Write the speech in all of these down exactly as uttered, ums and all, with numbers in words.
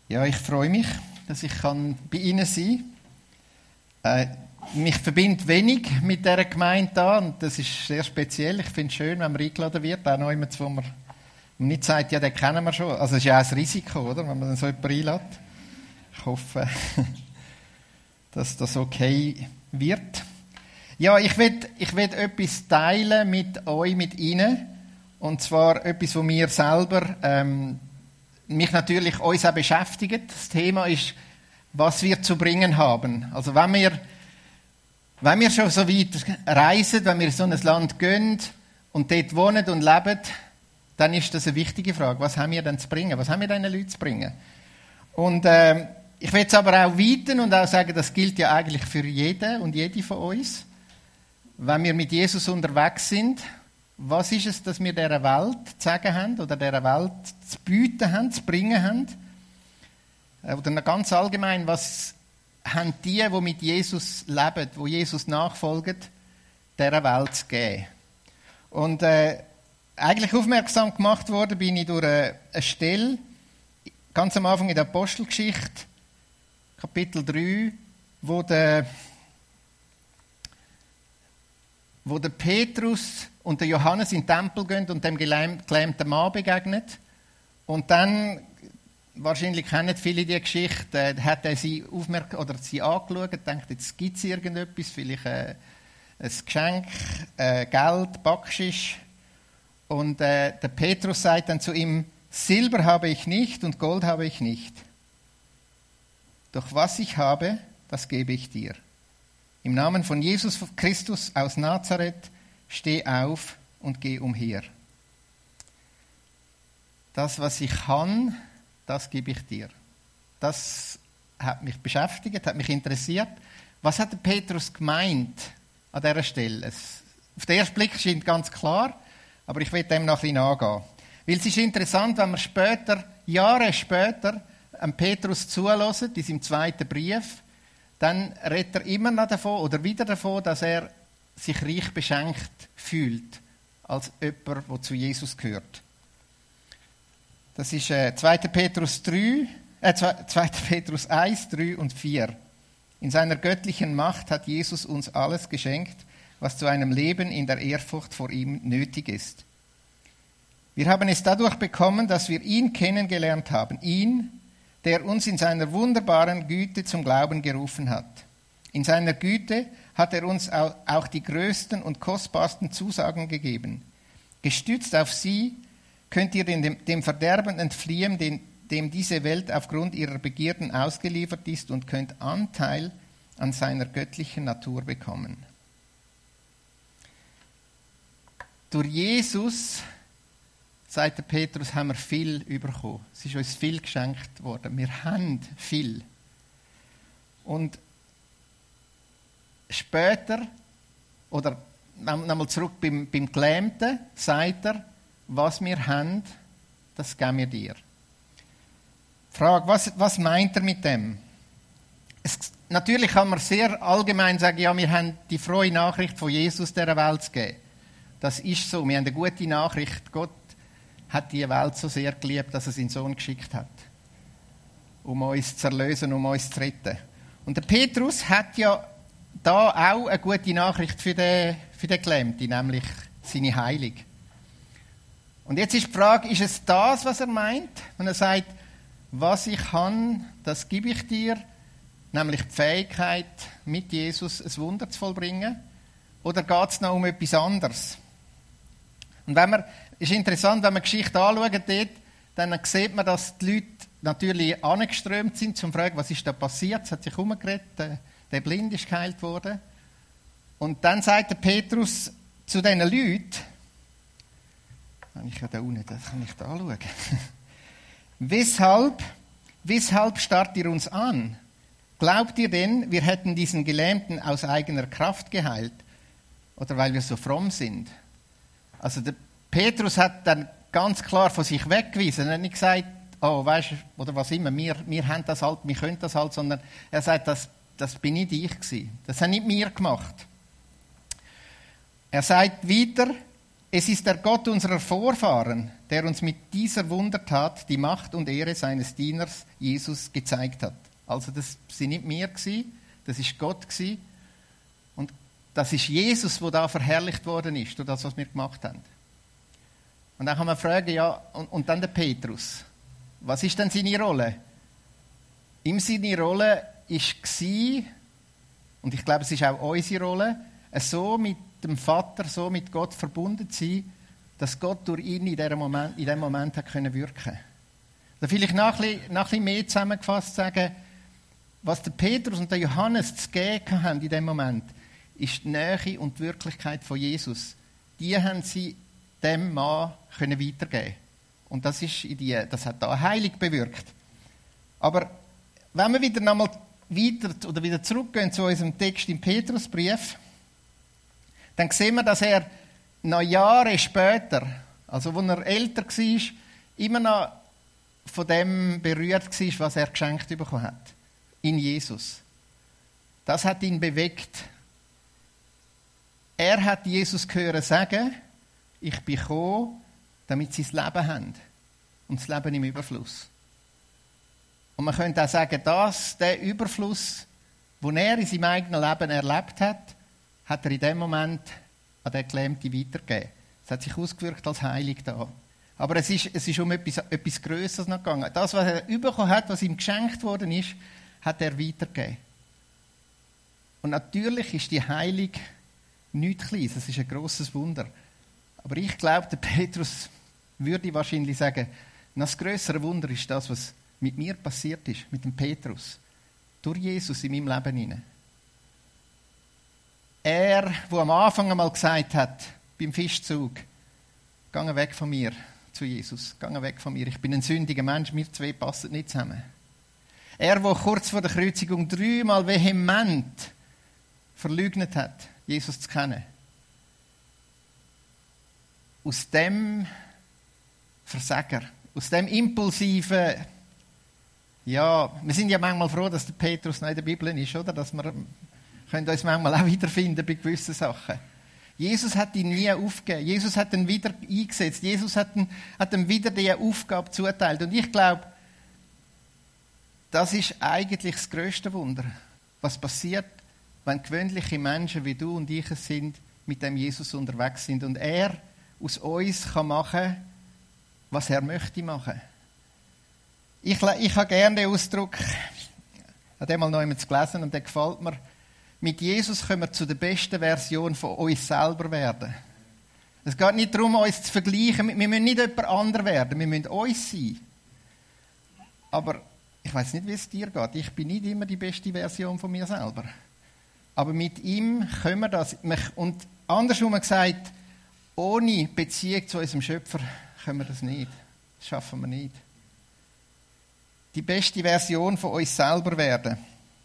Ja, ich freue mich, dass ich kann bei Ihnen sein kann. Äh, mich verbindet wenig mit dieser Gemeinde da und das ist sehr speziell. Ich finde es schön, wenn man eingeladen wird, auch noch jemand, wo man nicht sagt, ja, den kennen wir schon. Also es ist ja auch ein Risiko, oder, wenn man dann so jemanden einlädt. Ich hoffe, dass das okay wird. Ja, ich will, ich will etwas teilen mit euch, mit Ihnen. Und zwar etwas, was mir selber, ähm, mich natürlich uns auch beschäftigt. Das Thema ist, was wir zu bringen haben. Also wenn wir, wenn wir schon so weit reisen, wenn wir in so ein Land gehen und dort wohnen und leben, dann ist das eine wichtige Frage. Was haben wir denn zu bringen? Was haben wir diesen Leuten zu bringen? Und äh, ich will es aber auch weiten und auch sagen, das gilt ja eigentlich für jeden und jede von uns. Wenn wir mit Jesus unterwegs sind, was ist es, dass wir dieser Welt zu sagen haben oder dieser Welt zu bieten haben, zu bringen haben? Oder ganz allgemein, was haben die, die mit Jesus leben, die Jesus nachfolgen, dieser Welt zu geben? Und äh, eigentlich aufmerksam gemacht worden bin ich durch eine, eine Stelle, ganz am Anfang in der Apostelgeschichte, Kapitel drei, wo der, wo der Petrus und der Johannes in den Tempel gehen und dem gelähmten Mann begegnet. Und dann, wahrscheinlich kennen viele die Geschichte, hat er sie, aufmerk- oder sie angeschaut und denkt, jetzt gibt es irgendetwas, vielleicht äh, ein Geschenk, äh, Geld, Backschisch. Und äh, der Petrus sagt dann zu ihm, Silber habe ich nicht und Gold habe ich nicht. Doch was ich habe, das gebe ich dir. Im Namen von Jesus Christus aus Nazareth, steh auf und geh umher. Das, was ich kann, das gebe ich dir. Das hat mich beschäftigt, hat mich interessiert. Was hat der Petrus gemeint an dieser Stelle? Es, auf den ersten Blick scheint ganz klar, aber ich will dem noch ein bisschen nachgehen. Weil es ist interessant, wenn wir später, Jahre später, an Petrus zuhören, in seinem zweiten Brief, dann redet er immer noch davon oder wieder davon, dass er sich reich beschenkt fühlt, als jemand, der zu Jesus gehört. Das ist äh, zweiter Petrus drei, äh, zweiter Petrus eins, drei und vier. In seiner göttlichen Macht hat Jesus uns alles geschenkt, was zu einem Leben in der Ehrfurcht vor ihm nötig ist. Wir haben es dadurch bekommen, dass wir ihn kennengelernt haben, ihn, der uns in seiner wunderbaren Güte zum Glauben gerufen hat. In seiner Güte hat er uns auch die größten und kostbarsten Zusagen gegeben. Gestützt auf sie könnt ihr dem, dem Verderben entfliehen, dem, dem diese Welt aufgrund ihrer Begierden ausgeliefert ist, und könnt Anteil an seiner göttlichen Natur bekommen. Durch Jesus, sagt der Petrus, haben wir viel bekommen. Es ist uns viel geschenkt worden. Wir haben viel. Und später, oder nochmal zurück beim, beim Gelähmten, sagt er, was wir haben, das geben wir dir. Frage, was, was meint er mit dem? Es, natürlich kann man sehr allgemein sagen, ja, wir haben die frohe Nachricht von Jesus dieser Welt zu geben. Das ist so, wir haben eine gute Nachricht. Gott hat die Welt so sehr geliebt, dass er seinen Sohn geschickt hat, um uns zu erlösen, um uns zu retten. Und der Petrus hat ja da auch eine gute Nachricht für den, für den Gelähmten, nämlich seine Heilung. Und jetzt ist die Frage, ist es das, was er meint, wenn er sagt, was ich kann, das gebe ich dir, nämlich die Fähigkeit, mit Jesus ein Wunder zu vollbringen, oder geht es noch um etwas anderes? Und wenn man, ist interessant, wenn man die Geschichte anschaut, dort, dann sieht man, dass die Leute natürlich angeströmt sind, zum zu fragen, was ist da passiert, es hat sich herumgeredet, der, der Blind ist geheilt worden. Und dann sagt der Petrus zu diesen Leuten, ich ja da unten, das kann ich da anschauen, weshalb, weshalb starrt ihr uns an? Glaubt ihr denn, wir hätten diesen Gelähmten aus eigener Kraft geheilt? Oder weil wir so fromm sind? Also der Petrus hat dann ganz klar von sich weggewiesen. Er hat nicht gesagt, oh, weißt du, oder was immer, wir, wir haben das halt, wir können das halt, sondern er sagt, das, das bin nicht ich gewesen. Das haben nicht wir gemacht. Er sagt weiter, Es ist der Gott unserer Vorfahren, der uns mit dieser Wundertat die Macht und Ehre seines Dieners Jesus gezeigt hat. Also das sind nicht wir gewesen, das ist Gott gewesen. Und das ist Jesus, der da verherrlicht worden ist durch das, was wir gemacht haben. Und dann kann man fragen, ja, und, und dann der Petrus. Was ist denn seine Rolle? Ihm seine Rolle war, und ich glaube, es ist auch unsere Rolle, so mit dem Vater, so mit Gott verbunden zu sein, dass Gott durch ihn in diesem Moment, in diesem Moment hat können wirken. Oder vielleicht noch ein, bisschen, noch ein bisschen mehr zusammengefasst sagen, was der Petrus und der Johannes zu geben haben in diesem Moment, ist die Nähe und die Wirklichkeit von Jesus. Die haben sie dem Mann können weitergeben. Und das, ist in die, das hat da Heilung bewirkt. Aber wenn wir wieder nochmal weiter oder wieder zurückgehen zu unserem Text im Petrusbrief, dann sehen wir, dass er noch Jahre später, also als er älter war, immer noch von dem berührt war, was er geschenkt bekommen hat. In Jesus. Das hat ihn bewegt. Er hat Jesus hören sagen, ich bin gekommen, damit sie das Leben haben. Und das Leben im Überfluss. Und man könnte auch sagen, dass der Überfluss, den er in seinem eigenen Leben erlebt hat, hat er in dem Moment an den Gelähmten weitergegeben. Es hat sich ausgewirkt als Heilung da. Aber es ist, es ist um etwas, etwas Grösseres noch gegangen. Das, was er bekommen hat, was ihm geschenkt worden ist, hat er weitergegeben. Und natürlich ist die Heilung nichts Kleines. Es ist ein grosses Wunder. Aber ich glaube, der Petrus würde wahrscheinlich sagen, das grössere Wunder ist das, was mit mir passiert ist, mit dem Petrus. Durch Jesus in meinem Leben hinein. Er, der am Anfang einmal gesagt hat, beim Fischzug, geh weg von mir zu Jesus, geh weg von mir, ich bin ein sündiger Mensch, wir zwei passen nicht zusammen. Er, der kurz vor der Kreuzigung dreimal vehement verleugnet hat, Jesus zu kennen. Aus dem Versager, aus dem impulsiven, ja, wir sind ja manchmal froh, dass der Petrus noch in der Bibel ist, oder? Dass wir können uns manchmal auch wiederfinden bei gewissen Sachen. Jesus hat ihn nie aufgegeben. Jesus hat ihn wieder eingesetzt. Jesus hat ihm, hat ihm wieder diese Aufgabe zuteilt. Und ich glaube, das ist eigentlich das grösste Wunder. Was passiert, wenn gewöhnliche Menschen wie du und ich es sind, mit dem Jesus unterwegs sind. Und er aus uns kann machen, was er möchte machen. Ich, ich habe gerne den Ausdruck, ich habe den mal noch einmal gelesen und der gefällt mir. Mit Jesus können wir zu der besten Version von uns selber werden. Es geht nicht darum, uns zu vergleichen. Wir müssen nicht jemand anderes werden. Wir müssen uns sein. Aber ich weiß nicht, wie es dir geht. Ich bin nicht immer die beste Version von mir selber. Aber mit ihm können wir das. Und andersrum gesagt, ohne Beziehung zu unserem Schöpfer können wir das nicht. Das schaffen wir nicht. Die beste Version von uns selber werden.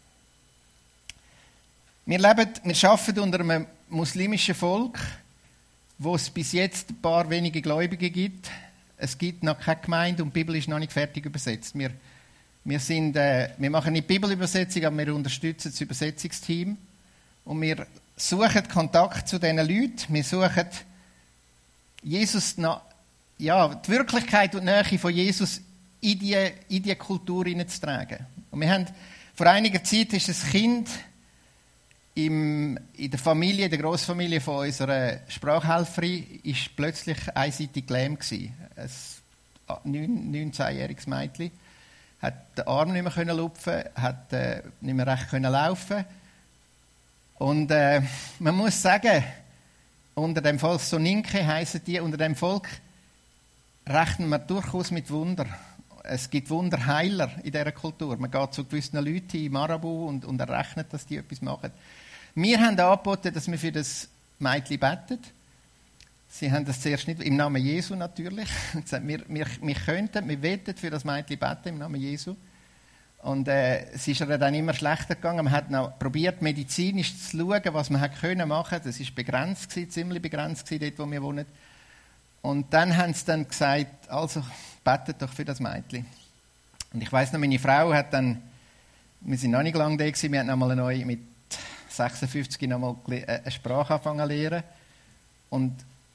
Wir leben, wir arbeiten unter einem muslimischen Volk, wo es bis jetzt ein paar wenige Gläubige gibt. Es gibt noch keine Gemeinde und die Bibel ist noch nicht fertig übersetzt. Wir, wir, sind, äh, wir machen nicht Bibelübersetzung, aber wir unterstützen das Übersetzungsteam. Und wir suchen Kontakt zu diesen Leuten. Wir suchen Jesus, ja, die Wirklichkeit und die Nähe von Jesus in die, in die Kultur hineinzutragen. Und wir haben, vor einiger Zeit ist ein Kind Im, in der Familie, in der Grossfamilie von unserer Sprachhelferin, ist plötzlich einseitig gelähmt gewesen. Ein neunzehnjähriges Mädchen hat den Arm nicht mehr können lupfen, hat äh, nicht mehr recht können laufen. Und äh, man muss sagen, unter dem Volk Soninke heissen die, unter dem Volk rechnen wir durchaus mit Wunder. Es gibt Wunderheiler in dieser Kultur. Man geht zu gewissen Leuten in Marabu und, und errechnet, dass die etwas machen. Wir haben angeboten, dass wir für das Mädchen beten. Sie haben das zuerst nicht, im Namen Jesu natürlich. wir, wir, wir könnten, wir wollten für das Mädchen beten, im Namen Jesu. Und äh, es ist ihr dann immer schlechter gegangen. Man hat noch probiert, medizinisch zu schauen, was man hat können machen. Das war begrenzt gewesen, ziemlich begrenzt gewesen, dort, wo wir wohnen. Und dann haben sie dann gesagt, also betet doch für das Mädchen. Und ich weiss noch, meine Frau hat dann, wir sind noch nicht lange da gewesen, wir haben noch mal eine neue, mit sechsundfünfzig noch mal eine Sprache angefangen zu lernen. Und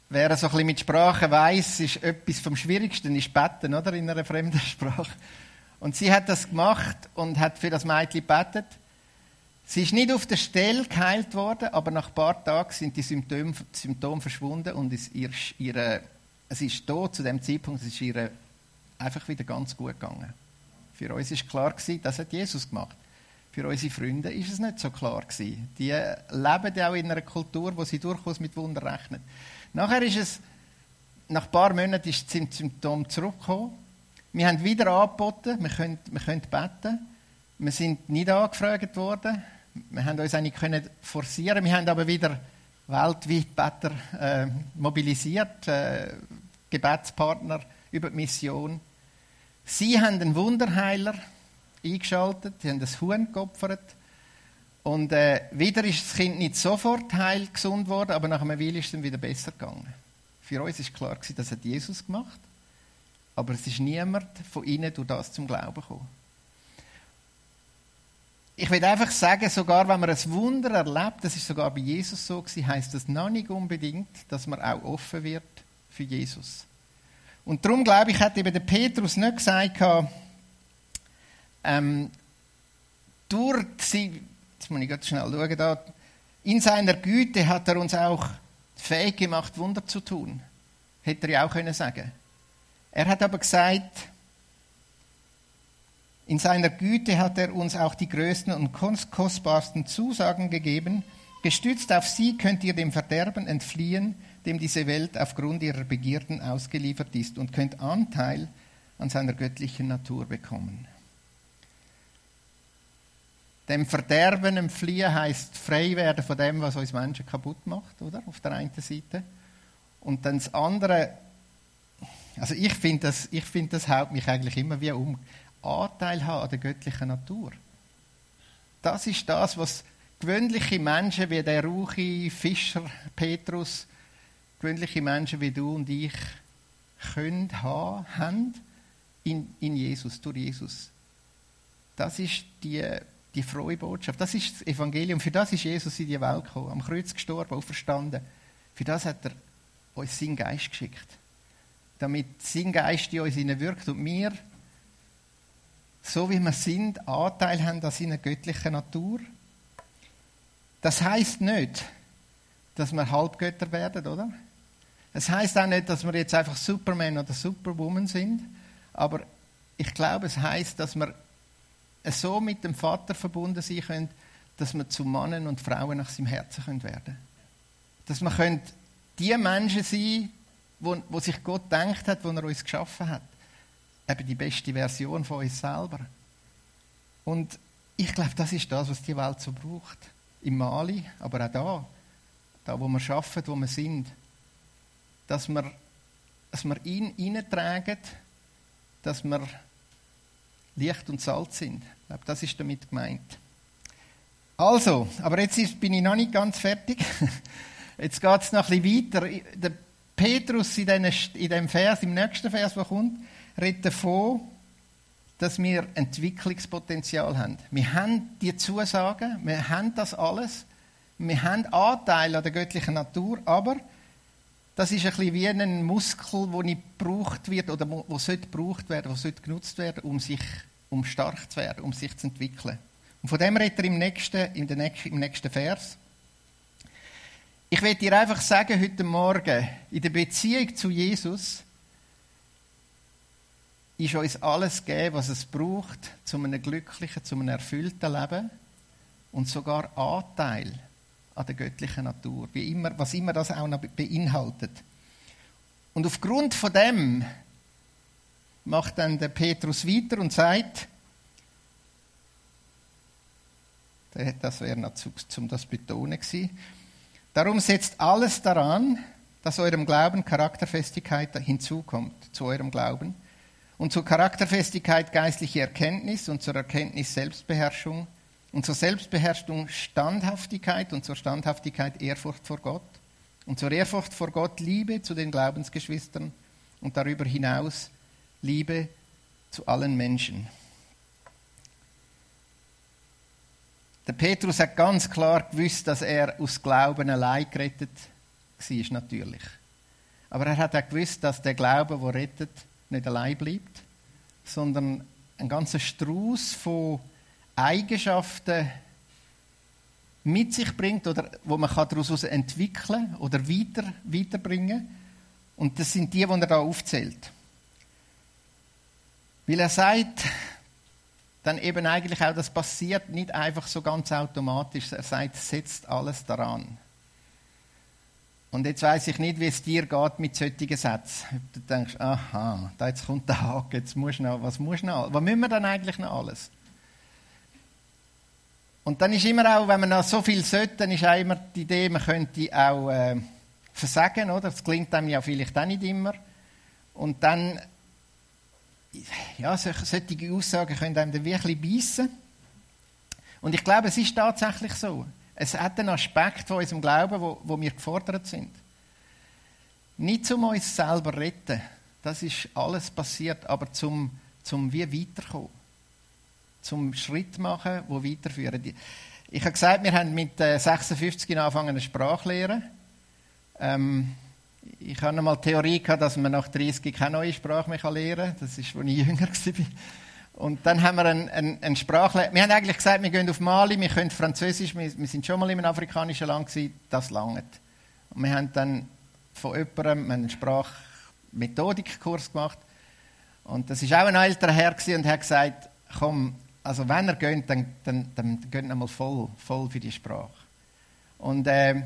wer so ein bisschen mit Sprachen weiss, ist etwas vom Schwierigsten, ist Beten, oder? In einer fremden Sprache. Und sie hat das gemacht und hat für das Mädchen gebetet. Sie ist nicht auf der Stelle geheilt worden, aber nach ein paar Tagen sind die Symptome, die Symptome verschwunden und es, ihr, ihre, es ist da, zu dem Zeitpunkt, es ist ihr einfach wieder ganz gut gegangen. Für uns war klar, das hat Jesus gemacht. Für unsere Freunde ist es nicht so klar gewesen. Die leben auch in einer Kultur, wo sie durchaus mit Wunder rechnen. Nachher ist es, nach ein paar Monaten ist das Symptom zurückgekommen. Wir haben wieder angeboten, wir können, wir können beten. Wir sind nicht angefragt worden. Wir haben uns eigentlich können forcieren. Wir haben aber wieder weltweit Beter äh, mobilisiert, äh, Gebetspartner über die Mission. Sie haben einen Wunderheiler eingeschaltet, sie haben das Huhn geopfert. Und äh, wieder ist das Kind nicht sofort heil gesund worden, aber nach einer Weile ist es dann wieder besser gegangen. Für uns war klar, das hat Jesus gemacht, aber es ist niemand von ihnen durch das zum Glauben gekommen. Ich will einfach sagen, sogar wenn man ein Wunder erlebt, das ist sogar bei Jesus so gewesen, heisst das noch nicht unbedingt, dass man auch offen wird für Jesus. Und darum, glaube ich, hat eben der Petrus nicht gesagt, ähm, durch sie, jetzt muss ich ganz schnell schauen, da, in seiner Güte hat er uns auch fähig gemacht, Wunder zu tun. Hätte er ja auch können sagen. Er hat aber gesagt, in seiner Güte hat er uns auch die größten und kostbarsten Zusagen gegeben. Gestützt auf sie könnt ihr dem Verderben entfliehen, dem diese Welt aufgrund ihrer Begierden ausgeliefert ist, und könnt Anteil an seiner göttlichen Natur bekommen. Dem Verderben entfliehen heisst frei werden von dem, was uns Menschen kaputt macht, oder? Auf der einen Seite. Und dann das andere, also ich finde, das, ich finde, das haut mich eigentlich immer wie um. Anteil haben an der göttlichen Natur. Das ist das, was gewöhnliche Menschen wie der Ruchi, Fischer, Petrus, gewöhnliche Menschen wie du und ich können haben, haben in, in Jesus, durch Jesus. Das ist die, die frohe Botschaft. Das ist das Evangelium. Für das ist Jesus in die Welt gekommen, am Kreuz gestorben, auferstanden. Für das hat er uns seinen Geist geschickt. Damit sein Geist in uns wirkt und wir, so wie wir sind, Anteil haben an seiner göttlichen Natur. Das heisst nicht, dass wir Halbgötter werden, oder? Es heisst auch nicht, dass wir jetzt einfach Superman oder Superwoman sind, aber ich glaube, es heisst, dass wir so mit dem Vater verbunden sein können, dass wir zu Männern und Frauen nach seinem Herzen werden können. Dass wir können die Menschen sein, wo, wo sich Gott gedacht hat, wo er uns geschaffen hat. Eben die beste Version von uns selber. Und ich glaube, das ist das, was die Welt so braucht. Im Mali, aber auch da. Da, wo wir arbeiten, wo wir sind. Dass wir, dass wir ihn hineintragen, dass wir Licht und Salz sind. Ich glaube, das ist damit gemeint. Also, aber jetzt ist, bin ich noch nicht ganz fertig. Jetzt geht es noch ein bisschen weiter. Der Petrus in, den, in dem Vers, im nächsten Vers, der kommt, redet davon, dass wir Entwicklungspotenzial haben. Wir haben die Zusagen, wir haben das alles, wir haben Anteil an der göttlichen Natur, aber das ist ein bisschen wie ein Muskel, der nicht gebraucht wird oder wo sollte gebraucht werden, wo sollte genutzt werden, um sich, um stark zu werden, um sich zu entwickeln. Und von dem redet er im nächsten, in der nächsten, im nächsten Vers. Ich will dir einfach sagen, heute Morgen, in der Beziehung zu Jesus ist uns alles gegeben, was es braucht, zu einem glücklichen, zu einem erfüllten Leben und sogar Anteil an der göttlichen Natur, wie immer, was immer das auch noch beinhaltet. Und aufgrund von dem macht dann der Petrus weiter und sagt, das wäre noch zu, zum das betonen gewesen, darum setzt alles daran, dass eurem Glauben Charakterfestigkeit hinzukommt, zu eurem Glauben. Und zur Charakterfestigkeit geistliche Erkenntnis und zur Erkenntnis Selbstbeherrschung und zur Selbstbeherrschung Standhaftigkeit und zur Standhaftigkeit Ehrfurcht vor Gott und zur Ehrfurcht vor Gott Liebe zu den Glaubensgeschwistern und darüber hinaus Liebe zu allen Menschen. Der Petrus hat ganz klar gewusst, dass er aus Glauben allein gerettet war, natürlich. Aber er hat auch gewusst, dass der Glaube, der rettet, nicht allein bleibt, sondern ein ganzer Strauß von Eigenschaften mit sich bringt, oder wo man daraus entwickeln oder weiter, weiterbringen. Und das sind die, die er da aufzählt. Weil er sagt, dann eben eigentlich auch, das passiert nicht einfach so ganz automatisch. Er sagt, setzt alles daran. Und jetzt weiss ich nicht, wie es dir geht mit solchen Sätzen. Du denkst, aha, da jetzt kommt der Haken, jetzt musst du noch, was musst du noch? Was müssen wir dann eigentlich noch alles? Und dann ist immer auch, wenn man noch so viel sollte, dann ist auch immer die Idee, man könnte auch äh, versagen, oder? Das klingt einem ja vielleicht auch nicht immer. Und dann, ja, solche Aussagen können einem dann wirklich beißen. Und ich glaube, es ist tatsächlich so. Es hat einen Aspekt von unserem Glauben, wo, wo wir gefordert sind. Nicht zum uns selber retten, das ist alles passiert, aber zum, zum wie weiterkommen. Zum Schritt machen, wo weiterführen. Ich habe gesagt, wir haben mit sechsundfünfzig angefangen eine Sprachlehre. Ähm, ich habe einmal die Theorie gehabt, dass man nach dreißig keine neue Sprache mehr lernen kann. Das ist, als ich jünger war. Und dann haben wir einen, einen, einen Sprachlehrer. Wir haben eigentlich gesagt, wir gehen auf Mali, wir können Französisch, wir, wir sind schon mal in einem afrikanischen Land gewesen, das langt. Und wir haben dann von jemandem einen Sprachmethodikkurs gemacht. Und das war auch ein älterer Herr gewesen, und er hat gesagt, komm, also wenn er geht, dann, dann, dann geht er mal voll, voll für die Sprache. Und äh,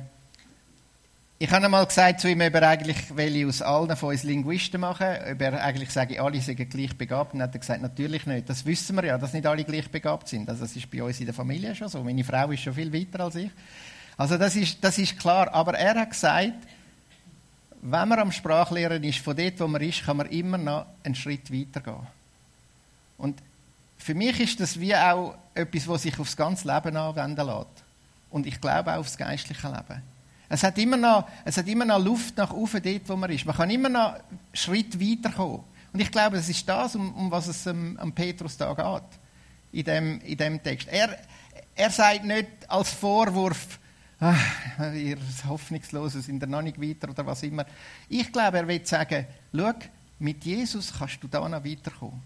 ich habe einmal gesagt zu ihm, ob er eigentlich welche aus allen von uns Linguisten machen, ob er eigentlich sage, alle sind gleich begabt. Und dann hat er gesagt, natürlich nicht. Das wissen wir ja, dass nicht alle gleich begabt sind. Also das ist bei uns in der Familie schon so. Meine Frau ist schon viel weiter als ich. Also das ist, das ist klar. Aber er hat gesagt, wenn man am Sprachlehren ist, von dort, wo man ist, kann man immer noch einen Schritt weitergehen. Und für mich ist das wie auch etwas, was sich aufs ganze Leben anwenden lässt. Und ich glaube auch aufs geistliche Leben. Es hat immer noch, es hat immer noch Luft nach oben dort, wo man ist. Man kann immer noch einen Schritt weiterkommen. Und ich glaube, das ist das, um, um was es am, am Petrus da geht, in dem, in dem Text. Er, er sagt nicht als Vorwurf, ach, ihr Hoffnungslose sind noch nicht weiter oder was immer. Ich glaube, er will sagen, schau, mit Jesus kannst du da noch weiterkommen.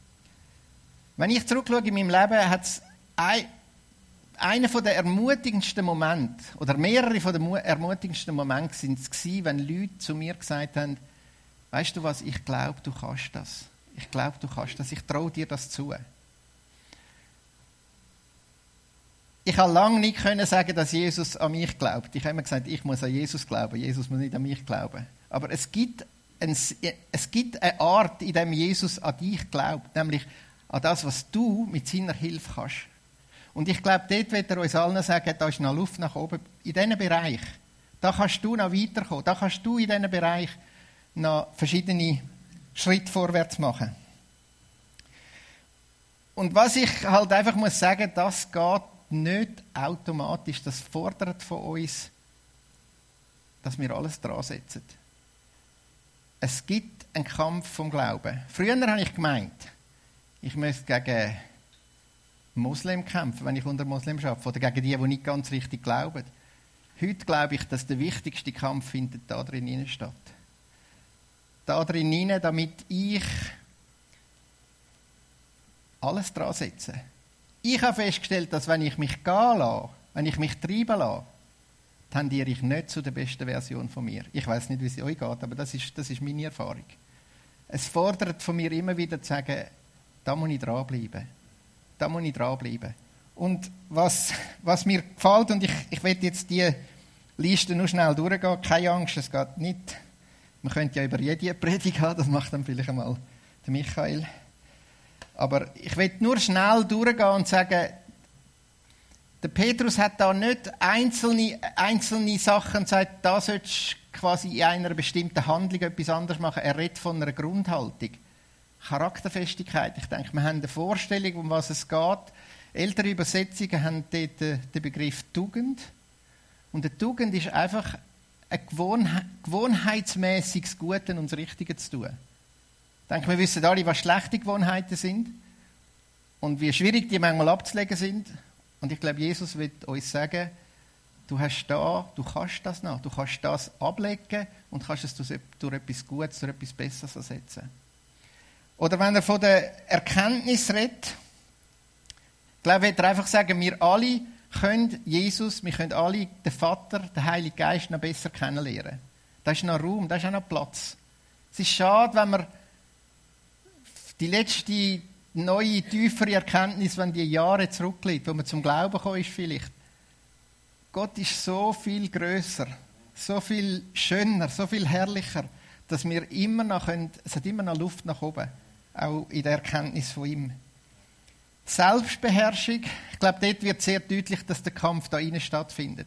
Wenn ich zurückschaue in meinem Leben, hat es ein Einer der ermutigendsten Momente, oder mehrere von den ermutigendsten Momente sind es gewesen, wenn Leute zu mir gesagt haben, weißt du was, ich glaube, du kannst das. Ich glaube, du kannst das. Ich traue dir das zu. Ich habe lange nicht können sagen, dass Jesus an mich glaubt. Ich habe immer gesagt, ich muss an Jesus glauben. Jesus muss nicht an mich glauben. Aber es gibt, ein, es gibt eine Art, in der Jesus an dich glaubt, nämlich an das, was du mit seiner Hilfe kannst. Und ich glaube, dort wird er uns allen sagen, da ist noch Luft nach oben. In diesem Bereich, da kannst du noch weiterkommen. Da kannst du in diesem Bereich noch verschiedene Schritte vorwärts machen. Und was ich halt einfach muss sagen, das geht nicht automatisch. Das fordert von uns, dass wir alles dran setzen. Es gibt einen Kampf vom Glauben. Früher habe ich gemeint, ich müsste gegen Moslem kämpfen, wenn ich unter Moslem arbeite, oder gegen die, die nicht ganz richtig glauben. Heute glaube ich, dass der wichtigste Kampf findet da drin statt. Da drin, damit ich alles dran setze. Ich habe festgestellt, dass wenn ich mich gehen lasse, wenn ich mich treiben lasse, tendiere ich nicht zu der besten Version von mir. Ich weiß nicht, wie es euch geht, aber das ist, das ist meine Erfahrung. Es fordert von mir immer wieder zu sagen, da muss ich dranbleiben. Da muss ich dranbleiben. Und was, was mir gefällt, und ich, ich werde jetzt die Liste nur schnell durchgehen, keine Angst, es geht nicht. Man könnte ja über jede Predigt haben, das macht dann vielleicht einmal der Michael. Aber ich will nur schnell durchgehen und sagen, der Petrus hat da nicht einzelne, einzelne Sachen gesagt, da sollst du quasi in einer bestimmten Handlung etwas anderes machen. Er redet von einer Grundhaltung. Charakterfestigkeit. Ich denke, wir haben eine Vorstellung, um was es geht. Ältere Übersetzungen haben dort den Begriff Tugend. Und eine Tugend ist einfach ein gewohnhe- gewohnheitsmäßiges Gute und das Richtige zu tun. Ich denke, wir wissen alle, was schlechte Gewohnheiten sind und wie schwierig die manchmal abzulegen sind. Und ich glaube, Jesus wird uns sagen, Du hast da, du kannst das noch, du kannst das ablegen und kannst es durch, durch etwas Gutes, durch etwas Besseres ersetzen. Oder wenn er von der Erkenntnis redet, ich glaube, ich will einfach sagen, wir alle können Jesus, wir können alle den Vater, den Heiligen Geist noch besser kennenlernen. Da ist noch Raum, da ist auch noch Platz. Es ist schade, wenn wir die letzte, neue, tiefere Erkenntnis, wenn die Jahre zurückliegt, wo man zum Glauben gekommen ist vielleicht. Gott ist so viel grösser, so viel schöner, so viel herrlicher, dass wir immer noch können, es hat immer noch Luft nach oben, auch in der Erkenntnis von ihm. Selbstbeherrschung, ich glaube, dort wird sehr deutlich, dass der Kampf da innen stattfindet.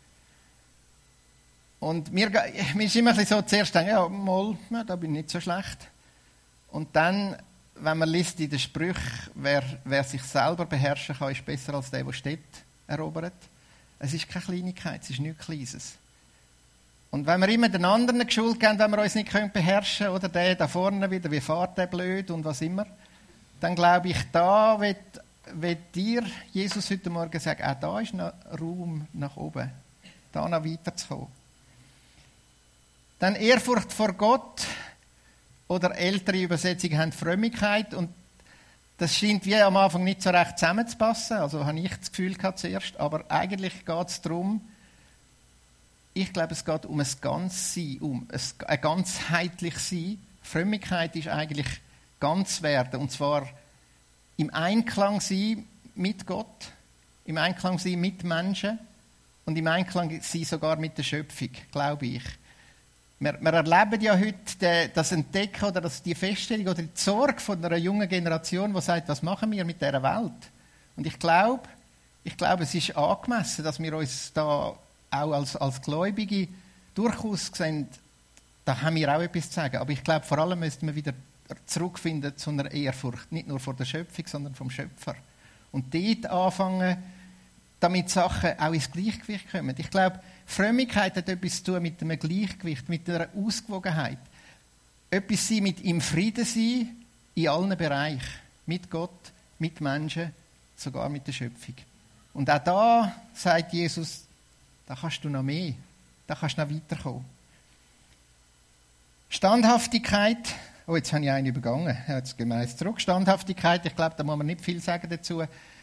Und mir, mir ist immer ein bisschen so, zuerst denken, ja, mal, ja, da bin ich nicht so schlecht. Und dann, wenn man liest in den Sprüchen, wer, wer sich selber beherrschen kann, ist besser als der, der Städte erobert. Es ist keine Kleinigkeit, es ist nichts Kleines. Und wenn wir immer den anderen die Schuld geben, wenn wir uns nicht beherrschen können, oder der da vorne wieder, wie fährt der blöd und was immer, dann glaube ich, da wird, wird dir Jesus heute Morgen sagen, auch da ist noch Raum nach oben, da noch weiterzukommen. Dann Ehrfurcht vor Gott, oder ältere Übersetzungen haben Frömmigkeit, und das scheint wie am Anfang nicht so recht zusammenzupassen, also habe ich das Gefühl gehabt zuerst, aber eigentlich geht es darum, ich glaube, es geht um ein Ganzsein, um ein ganzheitliches Sein. Frömmigkeit ist eigentlich ganz werden, und zwar im Einklang sein mit Gott, im Einklang sein mit Menschen und im Einklang sein sogar mit der Schöpfung, glaube ich. Wir, wir erleben ja heute das Entdecken oder das, die Feststellung oder die Sorge von einer jungen Generation, die sagt, was machen wir mit dieser Welt? Und ich glaube, ich glaube, es ist angemessen, dass wir uns da auch als, als Gläubige durchaus sehen, da haben wir auch etwas zu sagen. Aber ich glaube, vor allem müssten wir wieder zurückfinden zu einer Ehrfurcht, nicht nur vor der Schöpfung, sondern vom Schöpfer. Und dort anfangen, damit Sachen auch ins Gleichgewicht kommen. Ich glaube, Frömmigkeit hat etwas zu tun mit einem Gleichgewicht, mit einer Ausgewogenheit. Etwas sein mit im Frieden sein, in allen Bereichen. Mit Gott, mit Menschen, sogar mit der Schöpfung. Und auch da sagt Jesus, da kannst du noch mehr, da kannst du noch weiterkommen. Standhaftigkeit. Oh, jetzt habe ich einen übergangen. Jetzt gehen wir jetzt zurück. Standhaftigkeit, ich glaube, da muss man nicht viel sagen dazu.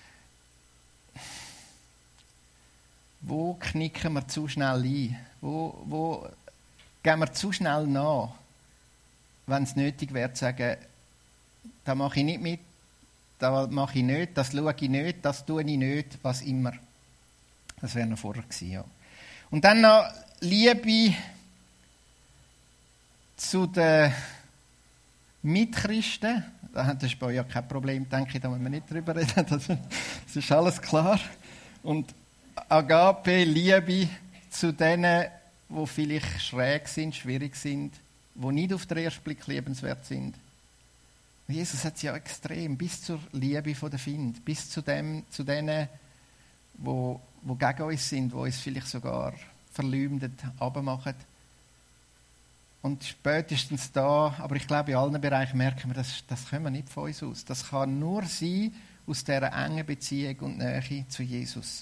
Wo knicken wir zu schnell ein? Wo, wo gehen wir zu schnell nach, wenn es nötig wäre, zu sagen, da mache ich nicht mit, da mache ich nicht, das schaue ich nicht, das tue ich nicht, was immer. Das wäre noch vorher gewesen, ja. Und dann noch Liebe zu den Mitchristen. Das ist bei euch ja kein Problem, denke ich, da müssen wir nicht drüber reden. Das ist alles klar. Und Agape, Liebe zu denen, die vielleicht schräg sind, schwierig sind, die nicht auf den ersten Blick liebenswert sind. Und Jesus hat es ja extrem, bis zur Liebe der Find, bis zu, dem, zu denen, die, die gegen uns sind, die uns vielleicht sogar verleumdet, abmachen. Und spätestens da, aber ich glaube, in allen Bereichen merken wir, das, das können wir nicht von uns aus. Das kann nur sein aus dieser engen Beziehung und Nähe zu Jesus.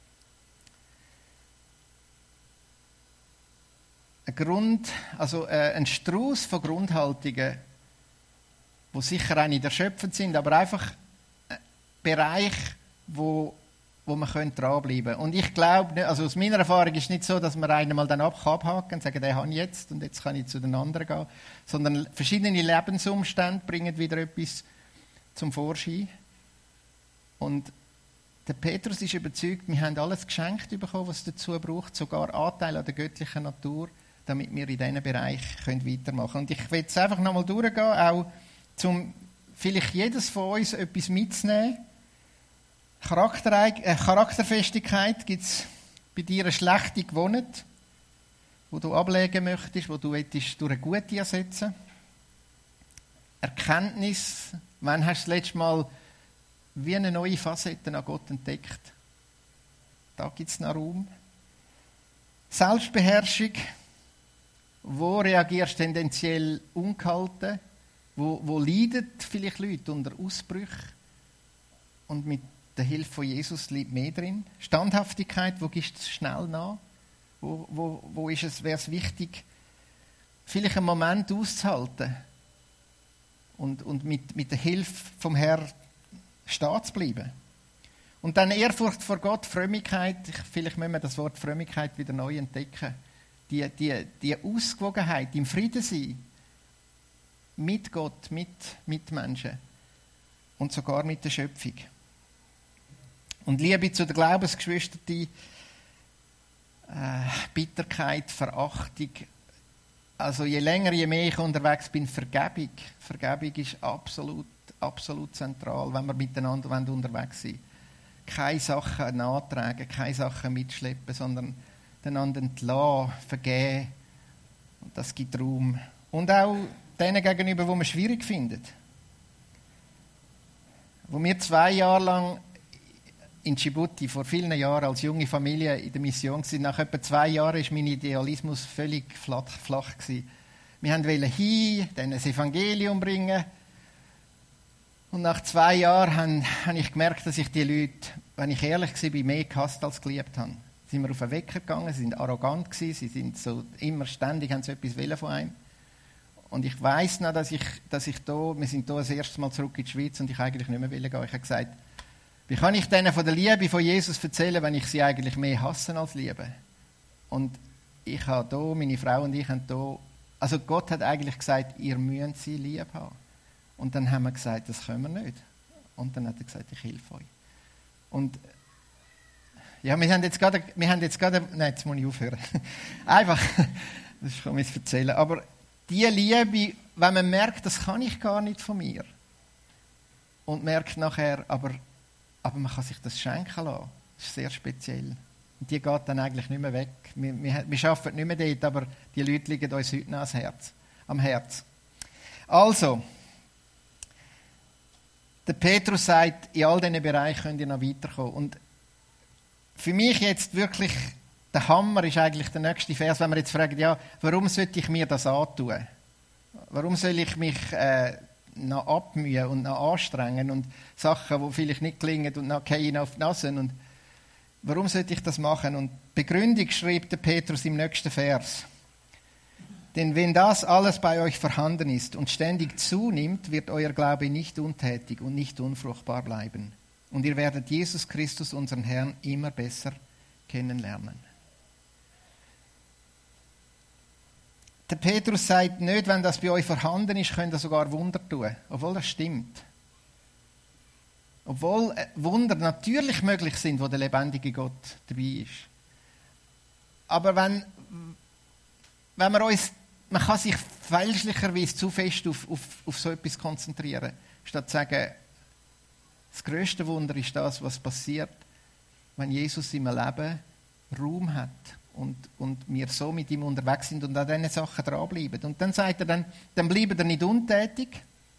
Ein Grund, also äh, ein Strauß von Grundhaltungen, die sicher auch nicht erschöpfend sind, aber einfach ein Bereich, wo, wo man dranbleiben könnte. Und ich glaube, also aus meiner Erfahrung ist es nicht so, dass man einen mal dann abhaken und sagen, den habe ich jetzt und jetzt kann ich zu den anderen gehen, sondern verschiedene Lebensumstände bringen wieder etwas zum Vorschein. Und der Petrus ist überzeugt, wir haben alles geschenkt bekommen, was es dazu braucht, sogar Anteil an der göttlichen Natur, damit wir in diesen Bereich weitermachen können. Und ich will jetzt einfach nochmal durchgehen, auch um vielleicht jedes von uns etwas mitzunehmen. Charakter, äh, Charakterfestigkeit, gibt es bei dir eine schlechte Gewohnheit, die du ablegen möchtest, die du durch eine gute ersetzen. Erkenntnis, wann hast du das letzte Mal wie eine neue Facette an Gott entdeckt? Da gibt es noch Raum. Selbstbeherrschung, wo reagierst du tendenziell ungehalten? Wo, wo leiden vielleicht Leute unter Ausbrüchen? Und mit der Hilfe von Jesus liegt mehr drin. Standhaftigkeit, wo gehst du schnell nach? Wo, wo, wo ist es, wäre es wichtig, vielleicht einen Moment auszuhalten und, und mit, mit der Hilfe vom Herrn stehen zu bleiben. Und dann Ehrfurcht vor Gott, Frömmigkeit. Vielleicht müssen wir das Wort Frömmigkeit wieder neu entdecken. Die, die, die Ausgewogenheit, im Frieden sein. Mit Gott, mit Mitmenschen. Und sogar mit der Schöpfung. Und Liebe zu den Glaubensgeschwistern, die äh, Bitterkeit, Verachtung. Also je länger, je mehr ich unterwegs bin, Vergebung. Vergebung ist absolut, absolut zentral, wenn wir miteinander unterwegs sind. Keine Sachen nachtragen, keine Sachen mitschleppen, sondern den anderen entlassen, vergeben. Und das gibt Raum. Und auch denen gegenüber, die man schwierig findet. Wo wir zwei Jahre lang in Djibouti, vor vielen Jahren als junge Familie in der Mission waren, nach etwa zwei Jahren war mein Idealismus völlig flach, flach gewesen. Wir wollten hin, denen das Evangelium bringen. Und nach zwei Jahren habe, habe ich gemerkt, dass ich die Leute, wenn ich ehrlich war, mehr gehasst als geliebt habe. Sie sind mir auf den Wecker gegangen, sie sind arrogant gewesen, sie sind so immer ständig, haben so etwas wollen von einem. Und ich weiss noch, dass ich, dass ich da, wir sind da das erste Mal zurück in die Schweiz und ich eigentlich nicht mehr will gehen. Ich habe gesagt, wie kann ich denen von der Liebe von Jesus erzählen, wenn ich sie eigentlich mehr hasse als liebe? Und ich habe da, meine Frau und ich haben da, also Gott hat eigentlich gesagt, ihr müsst sie lieb haben. Und dann haben wir gesagt, das können wir nicht. Und dann hat er gesagt, ich helfe euch. Und ja, wir haben jetzt gerade, wir haben jetzt gerade, nein, jetzt muss ich aufhören. Einfach, das kann ich erzählen. Aber die Liebe, wenn man merkt, das kann ich gar nicht von mir. Und merkt nachher, aber, aber man kann sich das schenken lassen. Das ist sehr speziell. Und die geht dann eigentlich nicht mehr weg. Wir, wir, wir arbeiten nicht mehr dort, aber die Leute liegen uns heute noch ans Herz, am Herz. Also, der Petrus sagt, in all diesen Bereichen könnt ihr noch weiterkommen. Und für mich jetzt wirklich, der Hammer ist eigentlich der nächste Vers, wenn wir jetzt fragen, ja, warum sollte ich mir das antun? Warum soll ich mich äh, noch abmühen und noch anstrengen und Sachen, die vielleicht nicht gelingen und noch fallen auf die Nase? Und warum sollte ich das machen? Und Begründung schreibt der Petrus im nächsten Vers. Denn wenn das alles bei euch vorhanden ist und ständig zunimmt, wird euer Glaube nicht untätig und nicht unfruchtbar bleiben. Und ihr werdet Jesus Christus, unseren Herrn, immer besser kennenlernen. Der Petrus sagt nicht, wenn das bei euch vorhanden ist, könnt ihr sogar Wunder tun. Obwohl das stimmt. Obwohl Wunder natürlich möglich sind, wo der lebendige Gott dabei ist. Aber wenn, wenn wir uns, man kann sich fälschlicherweise zu fest auf, auf, auf so etwas konzentrieren, statt zu sagen, das grösste Wunder ist das, was passiert, wenn Jesus in meinem Leben Raum hat und, und wir so mit ihm unterwegs sind und an diesen Sachen dranbleiben. Und dann sagt er dann, dann bleiben wir nicht untätig.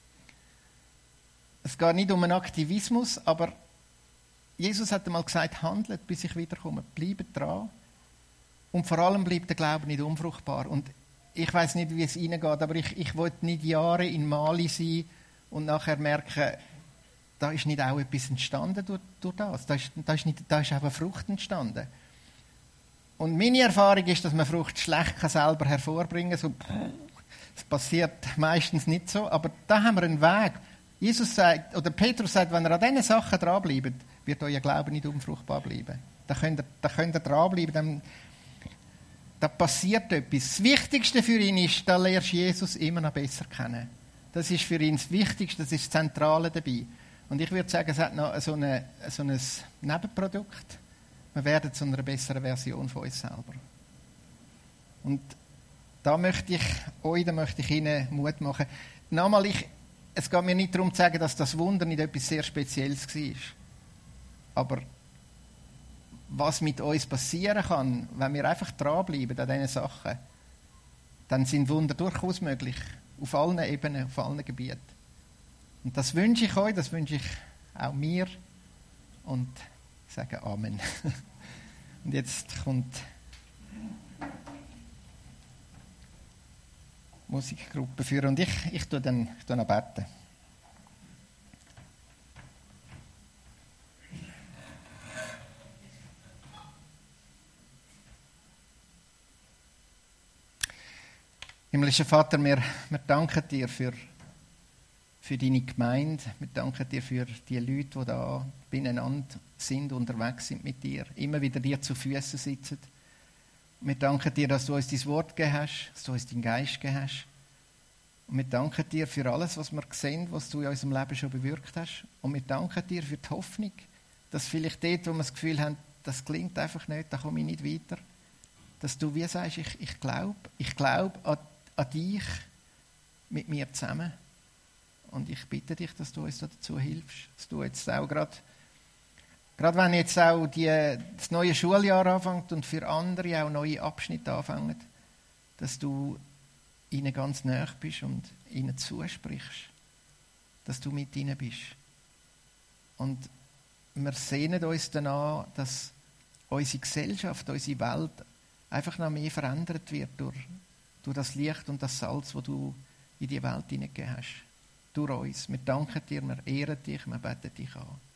Es geht nicht um einen Aktivismus, aber Jesus hat einmal gesagt, handelt, bis ich wiederkomme. Bleibt dran. Und vor allem bleibt der Glaube nicht unfruchtbar. Und ich weiß nicht, wie es Ihnen geht, aber ich, ich wollte nicht Jahre in Mali sein und nachher merken, da ist nicht auch etwas entstanden durch, durch das. Da ist, da, ist nicht, da ist auch eine Frucht entstanden. Und meine Erfahrung ist, dass man Frucht schlecht kann selber hervorbringen kann. So, das passiert meistens nicht so. Aber da haben wir einen Weg. Jesus sagt, oder Petrus sagt, wenn ihr an diesen Sachen dranbleibt, wird euer Glaube nicht unfruchtbar bleiben. Da könnt ihr, da könnt ihr dranbleiben, dann, da passiert etwas. Das Wichtigste für ihn ist, da lernst du Jesus immer noch besser kennen. Das ist für ihn das Wichtigste, das ist das Zentrale dabei. Und ich würde sagen, es hat noch so, eine, so ein Nebenprodukt. Wir werden zu einer besseren Version von uns selber. Und da möchte ich euch, da möchte ich Ihnen Mut machen. Nochmal, ich, es geht mir nicht darum zu sagen, dass das Wunder nicht etwas sehr Spezielles war. Aber was mit uns passieren kann, wenn wir einfach dranbleiben an diesen Sachen, dann sind Wunder durchaus möglich. Auf allen Ebenen, auf allen Gebieten. Und das wünsche ich euch, das wünsche ich auch mir. Und ich sage Amen. Und jetzt kommt die Musikgruppe führen und ich, ich tue dann, ich tue noch beten. Himmlischer Vater, wir, wir danken dir für, für deine Gemeinde. Wir danken dir für die Leute, die da beieinander sind, unterwegs sind mit dir, immer wieder dir zu Füßen sitzen. Wir danken dir, dass du uns dein Wort gegeben hast, dass du uns deinen Geist gegeben hast. Und wir danken dir für alles, was wir sehen, was du in unserem Leben schon bewirkt hast. Und wir danken dir für die Hoffnung, dass vielleicht dort, wo wir das Gefühl haben, das klingt einfach nicht, da komme ich nicht weiter, dass du wie sagst, ich, ich glaube, ich glaube an, an dich mit mir zusammen. Und ich bitte dich, dass du uns dazu hilfst, dass du jetzt auch gerade, gerade wenn jetzt auch die, das neue Schuljahr anfängt und für andere auch neue Abschnitte anfangen, dass du ihnen ganz nahe bist und ihnen zusprichst, dass du mit ihnen bist. Und wir sehnen uns danach, dass unsere Gesellschaft, unsere Welt einfach noch mehr verändert wird durch, durch das Licht und das Salz, das du in die Welt hineingegeben hast. Durch uns. Wir danken dir, wir ehren dich, wir beten dich an.